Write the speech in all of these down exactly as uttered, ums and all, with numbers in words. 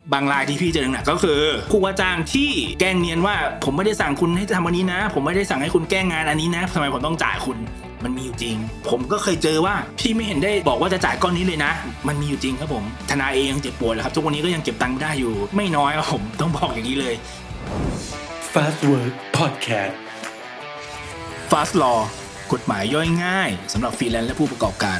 บางรายที่พี่เจอหนักก็คือผู้ว่าจ้างที่แกล้งเนียนว่าผมไม่ได้สั่งคุณให้ทำอันนี้นะผมไม่ได้สั่งให้คุณแก้งานอันนี้นะทำไมผมต้องจ่ายคุณมันมีอยู่จริงผมก็เคยเจอว่าพี่ไม่เห็นได้บอกว่าจะจ่ายก้อนนี้เลยนะมันมีอยู่จริงครับผมทนายเองยังเจ็บปวดเลยครับทุกวันนี้ก็ยังเก็บตังค์ไม่ได้อยู่ไม่น้อยครับผมต้องบอกอย่างนี้เลย Fast Work Podcast Fast Law กฎหมายย่อยง่ายสำหรับฟรีแลนซ์และผู้ประกอบการ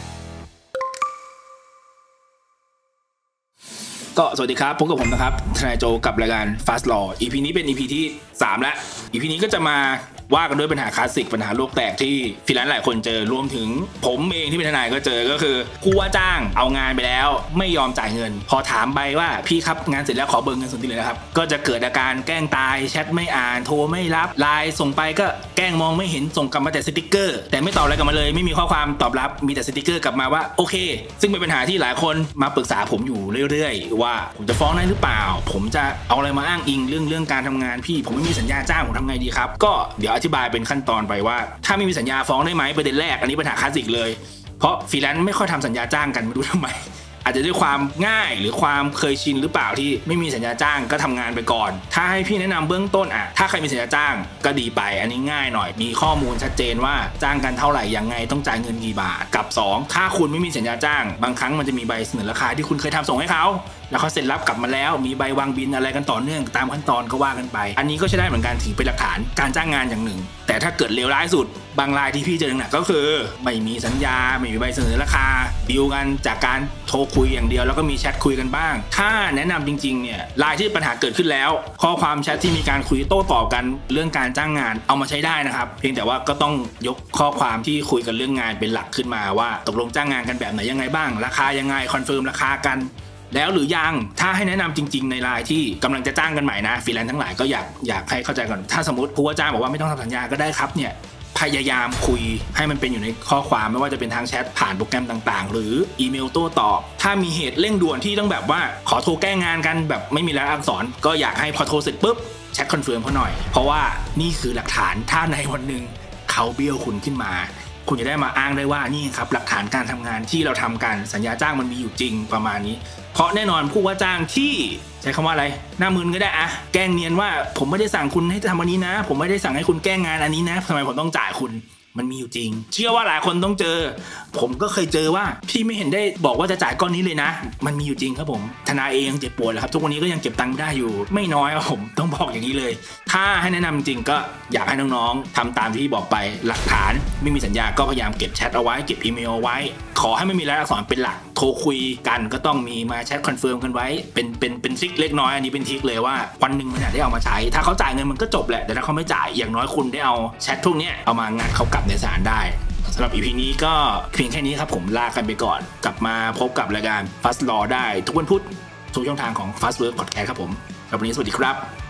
ก็สวัสดีครับพบกับผมนะครับทนายโจกับรายการ Fast Law อี พี นี้เป็น อี พี ที่สามแล้ว อี พี นี้ก็จะมาว่ากันด้วยปัญหาคลาสสิกปัญหาโลกแตกที่ฟรีแลนซ์หลายคนเจอรวมถึงผมเองที่เป็นทนายก็เจอก็คือผู้ว่าจ้างเอางานไปแล้วไม่ยอมจ่ายเงินพอถามไปว่าพี่ครับงานเสร็จแล้วขอเบิกเงินส่วนที่เหลือนะครับก็จะเกิดอาการแกล้งตายแชทไม่อ่านโทรไม่รับไลน์ส่งไปก็แกล้งมองไม่เห็นส่งกลับมาแต่สติ๊กเกอร์แต่ไม่ตอบอะไรกลับมาเลยไม่มีข้อความตอบรับมีแต่สติ๊กเกอร์กลับมาว่าโอเคซึ่งเป็นปัญหาที่หลายคนมาปรึกษาผมอยู่เรื่อยๆว่าผมจะฟ้องได้หรือเปล่าผมจะเอาอะไรมาอ้างอิงเรื่องเรื่องการทำงานพี่ผมไม่มีสัญญาจ้างผมทำไงดีครับก็เดี๋ยวอธิบายเป็นขั้นตอนไปว่าถ้าไม่มีสัญญาฟ้องได้ไหมประเด็นแรกอันนี้ปัญหาคลาสสิกเลยเพราะฟรีแลนซ์ไม่ค่อยทำสัญญาจ้างกันไม่รู้ทำไมอาจจะด้วยความง่ายหรือความเคยชินหรือเปล่าที่ไม่มีสัญญาจ้างก็ทำงานไปก่อนถ้าให้พี่แนะนำเบื้องต้นอ่ะถ้าใครมีสัญญาจ้างก็ดีไปอันนี้ง่ายหน่อยมีข้อมูลชัดเจนว่าจ้างกันเท่าไหร่ยังไงต้องจ่ายเงินกี่บาทกับสองถ้าคุณไม่มีสัญญาจ้างบางครั้งมันจะมีใบเสนอราคาที่คุณเคยทำส่งให้เขาแล้วเขาเซ็นรับกลับมาแล้วมีใบวางบินอะไรกันต่อเนื่องตามขั้นตอนก็ว่ากันไปอันนี้ก็ใช้ได้เหมือนกันถือเป็นหลักฐานการจ้างงานอย่างหนึ่งแต่ถ้าเกิดเลวร้ายสุดบางรายที่พี่เจอหนักก็คือไม่มีสัญญาไม่มีใบเสนอราคาดีลกันจากการโทรคุยอย่างเดียวแล้วก็มีแชทคุยกันบ้างถ้าแนะนำจริงๆเนี่ยรายที่ปัญหาเกิดขึ้นแล้วข้อความแชทที่มีการคุยโต้ตอบกันเรื่องการจ้างงานเอามาใช้ได้นะครับเพียงแต่ว่าก็ต้องยกข้อความที่คุยกันเรื่องงานเป็นหลักขึ้นมาว่าตกลงจ้างงานกันแบบไหนยังไงบ้างราคายังไงคอนเฟิร์มราคากันแล้วหรือยังถ้าให้แนะนำจริงๆในรายที่กำลังจะจ้างกันใหม่นะฟรีแลนซ์ทั้งหลายก็อยากอยากให้เข้าใจก่อนถ้าสมมติผู้ว่าจ้างบอกว่าไม่ต้องทำสัญญาก็ได้ครับเนี่ยพยายามคุยให้มันเป็นอยู่ในข้อความไม่ว่าจะเป็นทางแชทผ่านโปรแกรมต่างๆหรืออีเมลโต้ตอบถ้ามีเหตุเร่งด่วนที่ต้องแบบว่าขอโทรแก้งานกันแบบไม่มีรายอักษรก็อยากให้พอโทรเสร็จปุ๊บแชทคอนเฟิร์มเขาหน่อยเพราะว่านี่คือหลักฐานถ้าในวันหนึ่งเขาเบี้ยวคุณขึ้นมาคุณจะได้มาอ้างได้ว่านี่ครับหลักฐานการทำงานที่เราทำกันสัญญาจ้างมันมีอยู่จริงประมาณนี้เพราะแน่นอนผู้ว่าจ้างที่ใช้คำว่าอะไรหน้ามึนก็ได้อะแกล้งเนียนว่าผมไม่ได้สั่งคุณให้ทำอันนี้นะผมไม่ได้สั่งให้คุณแก้งานอันนี้นะทำไมผมต้องจ่ายคุณมันมีอยู่จริงเชื่อว่าหลายคนต้องเจอผมก็เคยเจอว่าพี่ไม่เห็นได้บอกว่าจะจ่ายก้อนนี้เลยนะมันมีอยู่จริงครับผมทนายเองยังเจ็บปวดเลยครับทุกวันนี้ก็ยังเก็บตังค์ไม่ได้อยู่ไม่น้อยครับผมต้องบอกอย่างนี้เลยถ้าให้แนะนำจริงก็อยากให้น้องๆทำตามที่บอกไปหลักฐานไม่มีสัญญาก็พยายามเก็บแชทเอาไว้เก็บอีเมลเอาไว้ขอให้ไม่มีรายลักษณ์เป็นหลักโทรคุยกันก็ต้องมีมาแชทคอนเฟิร์มกันไว้เป็นเป็นเป็นทริคเล็กน้อยอันนี้เป็นทริคเลยว่าวันนึงมันอยากได้เอามาใช้ถ้าเขาจ่ายเงินมันก็จบแหละแต่ถ้าเขาไม่จ่ายอย่างน้อยคุณได้เอาแชทพวกนี้เอามางัดเขากลับในศาลได้สำหรับ อี พี นี้ก็เพียงแค่นี้ครับผมลากันไปก่อนกลับมาพบกับรายการ Fast Law ได้ทุกวันพุธทุกช่องทางของ Fast Work Podcast ครับผมวันนี้สวัสดีครับ